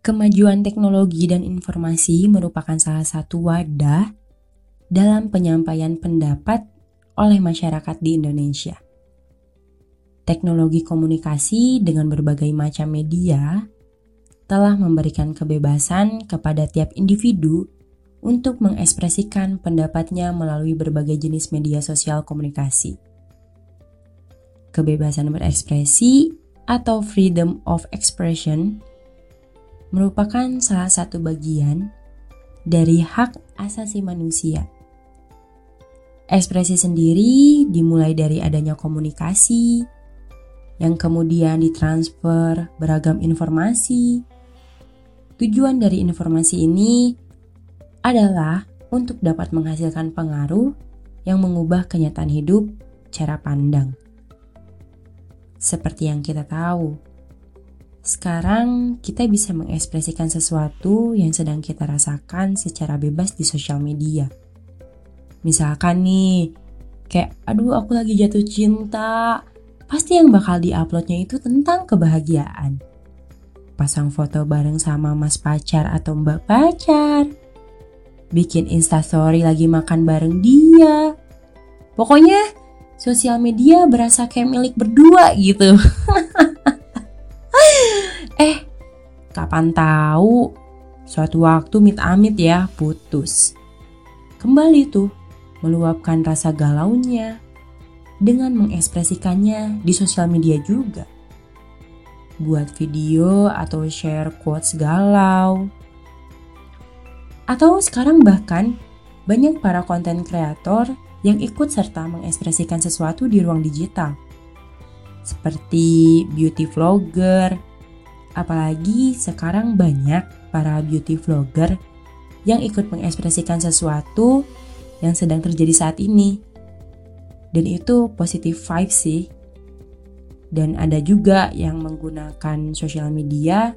Kemajuan teknologi dan informasi merupakan salah satu wadah dalam penyampaian pendapat oleh masyarakat di Indonesia. Teknologi komunikasi dengan berbagai macam media telah memberikan kebebasan kepada tiap individu untuk mengekspresikan pendapatnya melalui berbagai jenis media sosial komunikasi. Kebebasan berekspresi atau freedom of expression merupakan salah satu bagian dari hak asasi manusia. Ekspresi sendiri dimulai dari adanya komunikasi, yang kemudian ditransfer beragam informasi. Tujuan dari informasi ini adalah untuk dapat menghasilkan pengaruh yang mengubah kenyataan hidup cara pandang. Seperti yang kita tahu, sekarang kita bisa mengekspresikan sesuatu yang sedang kita rasakan secara bebas di sosial media. Misalkan nih, kayak aduh aku lagi jatuh cinta, pasti yang bakal diuploadnya itu tentang kebahagiaan. Pasang foto bareng sama mas pacar atau mbak pacar, bikin instastory lagi makan bareng dia. Pokoknya sosial media berasa kayak milik berdua gitu. Kapan tahu suatu waktu amit-amit ya putus. Kembali tuh meluapkan rasa galaunya dengan mengekspresikannya di sosial media juga. Buat video atau share quotes galau. Atau sekarang bahkan banyak para konten kreator yang ikut serta mengekspresikan sesuatu di ruang digital. Seperti beauty vlogger. Apalagi sekarang banyak para beauty vlogger yang ikut mengekspresikan sesuatu yang sedang terjadi saat ini. Dan itu positive vibes sih. Dan ada juga yang menggunakan sosial media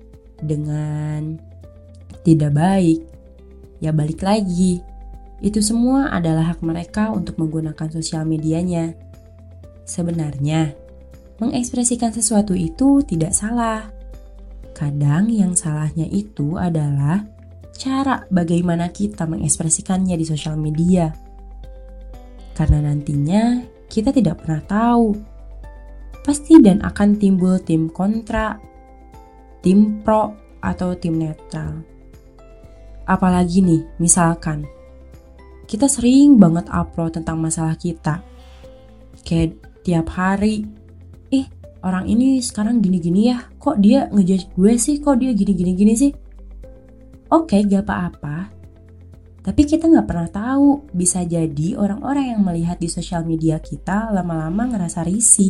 dengan tidak baik. Ya balik lagi, itu semua adalah hak mereka untuk menggunakan sosial medianya. Sebenarnya, mengekspresikan sesuatu itu tidak salah. Kadang yang salahnya itu adalah cara bagaimana kita mengekspresikannya di sosial media. Karena nantinya kita tidak pernah tahu. Pasti dan akan timbul tim kontra, tim pro, atau tim netral. Apalagi nih, misalkan kita sering banget upload tentang masalah kita. Kayak tiap hari, orang ini sekarang gini-gini ya, kok dia ngejudge gue sih, kok dia gini-gini sih. Oke, gak apa-apa. Tapi kita gak pernah tahu, bisa jadi orang-orang yang melihat di sosial media kita lama-lama ngerasa risih.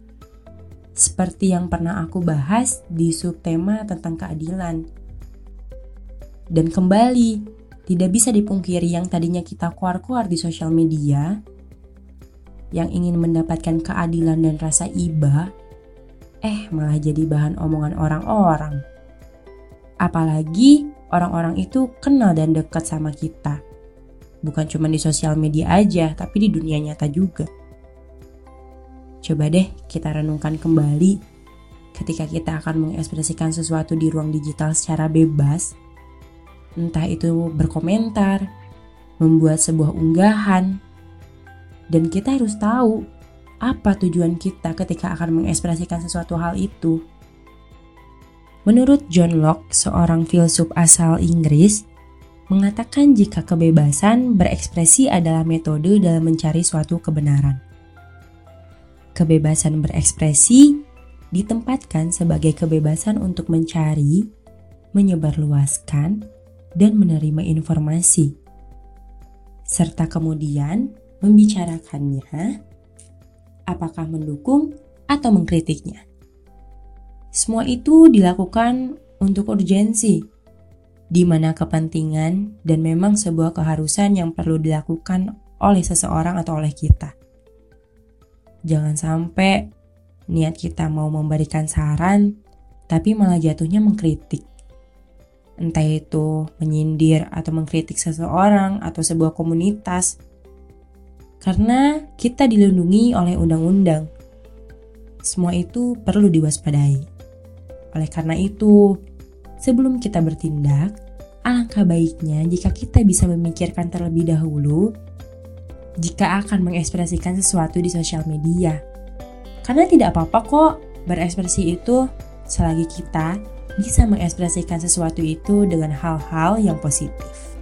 Seperti yang pernah aku bahas di subtema tentang keadilan. Dan kembali, tidak bisa dipungkiri yang tadinya kita kuar-kuar di sosial media, yang ingin mendapatkan keadilan dan rasa iba, malah jadi bahan omongan orang-orang. Apalagi orang-orang itu kenal dan dekat sama kita. Bukan cuma di sosial media aja, tapi di dunia nyata juga. Coba deh kita renungkan kembali ketika kita akan mengekspresikan sesuatu di ruang digital secara bebas. Entah itu berkomentar, membuat sebuah unggahan. Dan kita harus tahu apa tujuan kita ketika akan mengekspresikan sesuatu hal itu. Menurut John Locke, seorang filsuf asal Inggris, mengatakan jika kebebasan berekspresi adalah metode dalam mencari suatu kebenaran. Kebebasan berekspresi ditempatkan sebagai kebebasan untuk mencari, menyebarluaskan, dan menerima informasi, serta kemudian membicarakannya, apakah mendukung atau mengkritiknya. Semua itu dilakukan untuk urgensi, di mana kepentingan dan memang sebuah keharusan yang perlu dilakukan oleh seseorang atau oleh kita. Jangan sampai niat kita mau memberikan saran, tapi malah jatuhnya mengkritik. Entah itu menyindir atau mengkritik seseorang atau sebuah komunitas. Karena kita dilindungi oleh undang-undang. Semua itu perlu diwaspadai. Oleh karena itu, Sebelum kita bertindak, alangkah baiknya jika kita bisa memikirkan terlebih dahulu jika akan mengekspresikan sesuatu di sosial media. Karena tidak apa-apa kok berekspresi itu selagi kita bisa mengekspresikan sesuatu itu dengan hal-hal yang positif.